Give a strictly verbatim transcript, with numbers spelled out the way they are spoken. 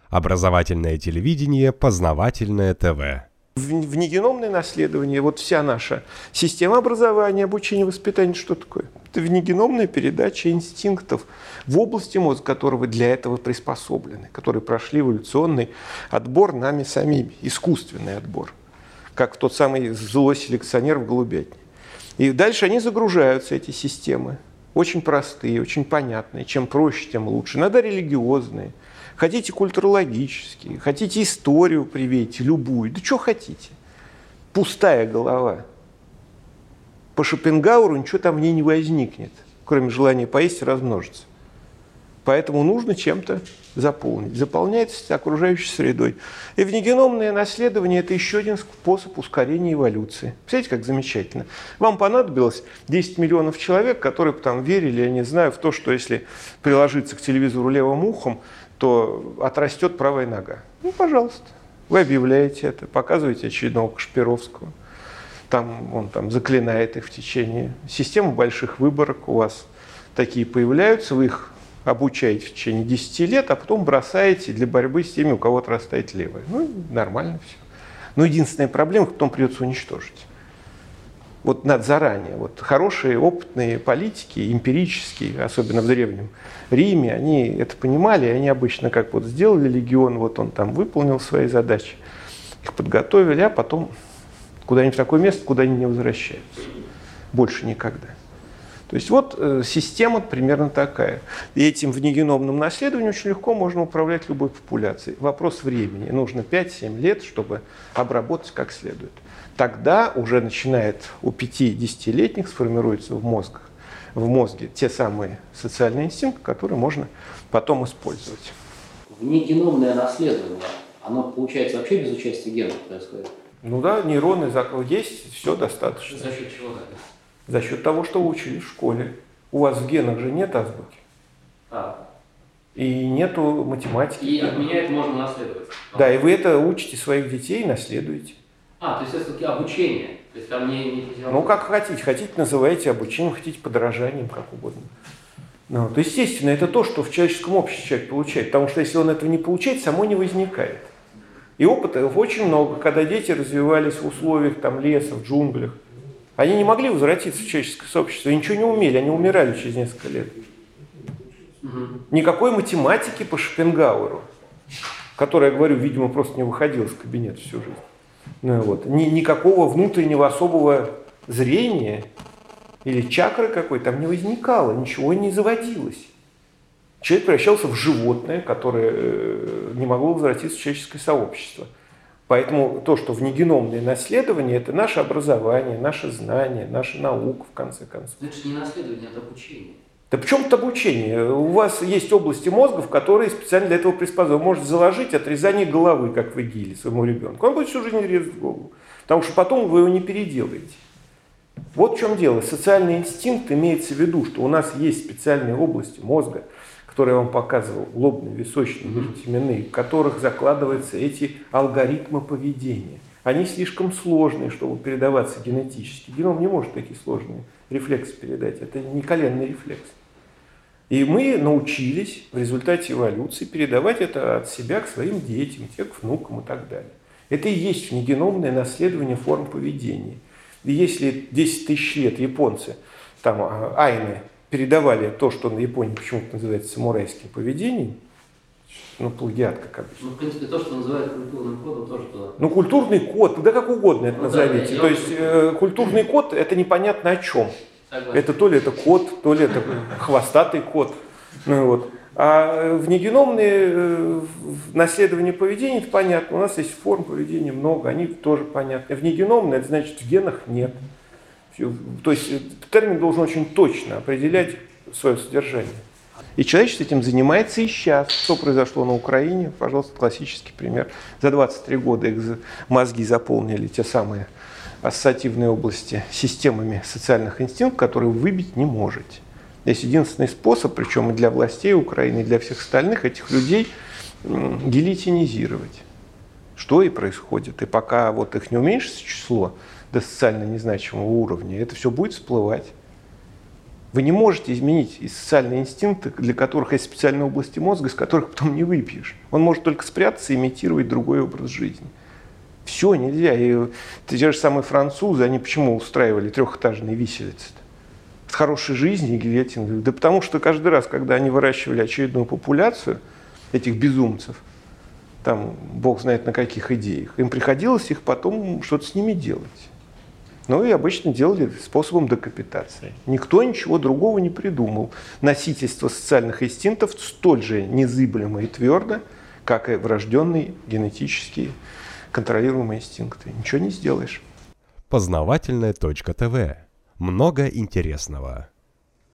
Образовательное телевидение, познавательное ТВ. Внегеномное наследование, вот вся наша система образования, обучения, воспитания, что такое? Это внегеномная передача инстинктов в области мозга, которые для этого приспособлены, которые прошли эволюционный отбор нами самими, искусственный отбор, как тот самый злой селекционер в голубятне. И дальше они загружаются, эти системы, очень простые, очень понятные. Чем проще, тем лучше. Иногда религиозные. Хотите культурологические, хотите историю привейте, любую, да что хотите. Пустая голова. По Шопенгауэру ничего там в ней не возникнет, кроме желания поесть и размножиться. Поэтому нужно чем-то заполнить. Заполняется окружающей средой. И внегеномное наследование – это еще один способ ускорения эволюции. Представляете, как замечательно. Вам понадобилось десять миллионов человек, которые там верили, я не знаю, в то, что если приложиться к телевизору левым ухом, то отрастет правая нога. Ну, пожалуйста. Вы объявляете это, показываете очередного Кашпировского. Там он там заклинает их в течение. Система больших выборок у вас такие появляются, вы их обучаете в течение десяти лет, а потом бросаете для борьбы с теми, у кого отрастает левая. Ну, нормально все. Но единственная проблема, их потом придется уничтожить. Вот надо заранее. Вот хорошие, опытные политики, эмпирические, особенно в Древнем Риме, они это понимали, и они обычно как вот сделали легион, вот он там выполнил свои задачи, их подготовили, а потом куда-нибудь в такое место, куда они не возвращаются. Больше никогда. То есть вот э, система примерно такая. И этим внегеномным наследованием очень легко можно управлять любой популяцией. Вопрос времени. Нужно пять-семь лет, чтобы обработать как следует. Тогда уже начинает у пяти-десятилетних сформируется в мозгах, в мозге те самые социальные инстинкты, которые можно потом использовать. Внегеномное наследование, оно получается вообще без участия генов происходит? Ну да, нейроны есть, все достаточно. За счет чего? За счет того, что вы учились в школе. У вас в генах же нет азбуки. А. И нету математики. И от меня это можно наследовать. Да, и вы это учите своих детей и наследуете. А, то есть это все-таки обучение. То есть там не, не... Ну, как хотите. Хотите, называете обучением, хотите подражанием, как угодно. Ну, то, естественно, это то, что в человеческом обществе человек получает. Потому что если он этого не получает, само не возникает. И опыта очень много. Когда дети развивались в условиях там, леса, в джунглях, они не могли возвратиться в человеческое сообщество, ничего не умели, они умирали через несколько лет. Угу. Никакой математики по Шопенгауэру, которая, я говорю, видимо, просто не выходила из кабинета всю жизнь. Ну, вот. Ни, никакого внутреннего особого зрения или чакры какой там не возникало, ничего не заводилось. Человек превращался в животное, которое не могло возвратиться в человеческое сообщество. Поэтому то, что внегеномное наследование, это наше образование, наше знание, наша наука, в конце концов. Это же не наследование, это обучение. Да почему это обучение? У вас есть области мозга, которые специально для этого приспособлены. Вы можете заложить отрезание головы, как в ИГИЛе, своему ребенку. Он будет всю жизнь резать голову. Потому что потом вы его не переделаете. Вот в чем дело. Социальный инстинкт имеется в виду, что у нас есть специальные области мозга, которые я вам показывал, лобные, височные, межтеменные, в которых закладываются эти алгоритмы поведения. Они слишком сложные, чтобы передаваться генетически. Геном не может такие сложные рефлексы передать. Это не коленный рефлекс. И мы научились в результате эволюции передавать это от себя к своим детям, те к внукам и так далее. Это и есть внегеномное наследование форм поведения. И если десять тысяч лет японцы, там, айны, передавали то, что на Японии почему-то называется самурайским поведением, ну, плагиат, как обычно. Ну, в принципе, то, что называют культурным кодом, тоже туда. Ну, культурный код, да как угодно это ну, назовите. Да, то есть э, культурный код – это непонятно о чем. Согласен. Это то ли это код, то ли это хвостатый код. Ну, вот. А внегеномные э, наследование поведения – это понятно. У нас есть форм поведения много, они тоже понятны. Внегеномные – это значит, в генах нет. То есть термин должен очень точно определять свое содержание. И человечество этим занимается и сейчас. Что произошло на Украине? Пожалуйста, классический пример. За двадцать три года их мозги заполнили те самые ассоциативные области системами социальных инстинктов, которые вы выбить не можете. Есть единственный способ, причем и для властей Украины, и для всех остальных, этих людей гильотинизировать. Что и происходит. И пока вот их не уменьшится число до социально незначимого уровня, это все будет всплывать. Вы не можете изменить и социальные инстинкты, для которых есть специальные области мозга, из которых потом не выпьешь. Он может только спрятаться и имитировать другой образ жизни. Все нельзя. И те же самые французы, они почему устраивали трехэтажные виселицы-то? С хорошей жизнью и гильотиной. Да потому что каждый раз, когда они выращивали очередную популяцию этих безумцев, там бог знает на каких идеях, им приходилось их потом что-то с ними делать. Ну и обычно делали способом декапитации. Никто ничего другого не придумал. Носительство социальных инстинктов столь же незыблемо и твердо, как и врожденные генетические контролируемые инстинкты. Ничего не сделаешь. Познавательная точка ТВ. Много интересного.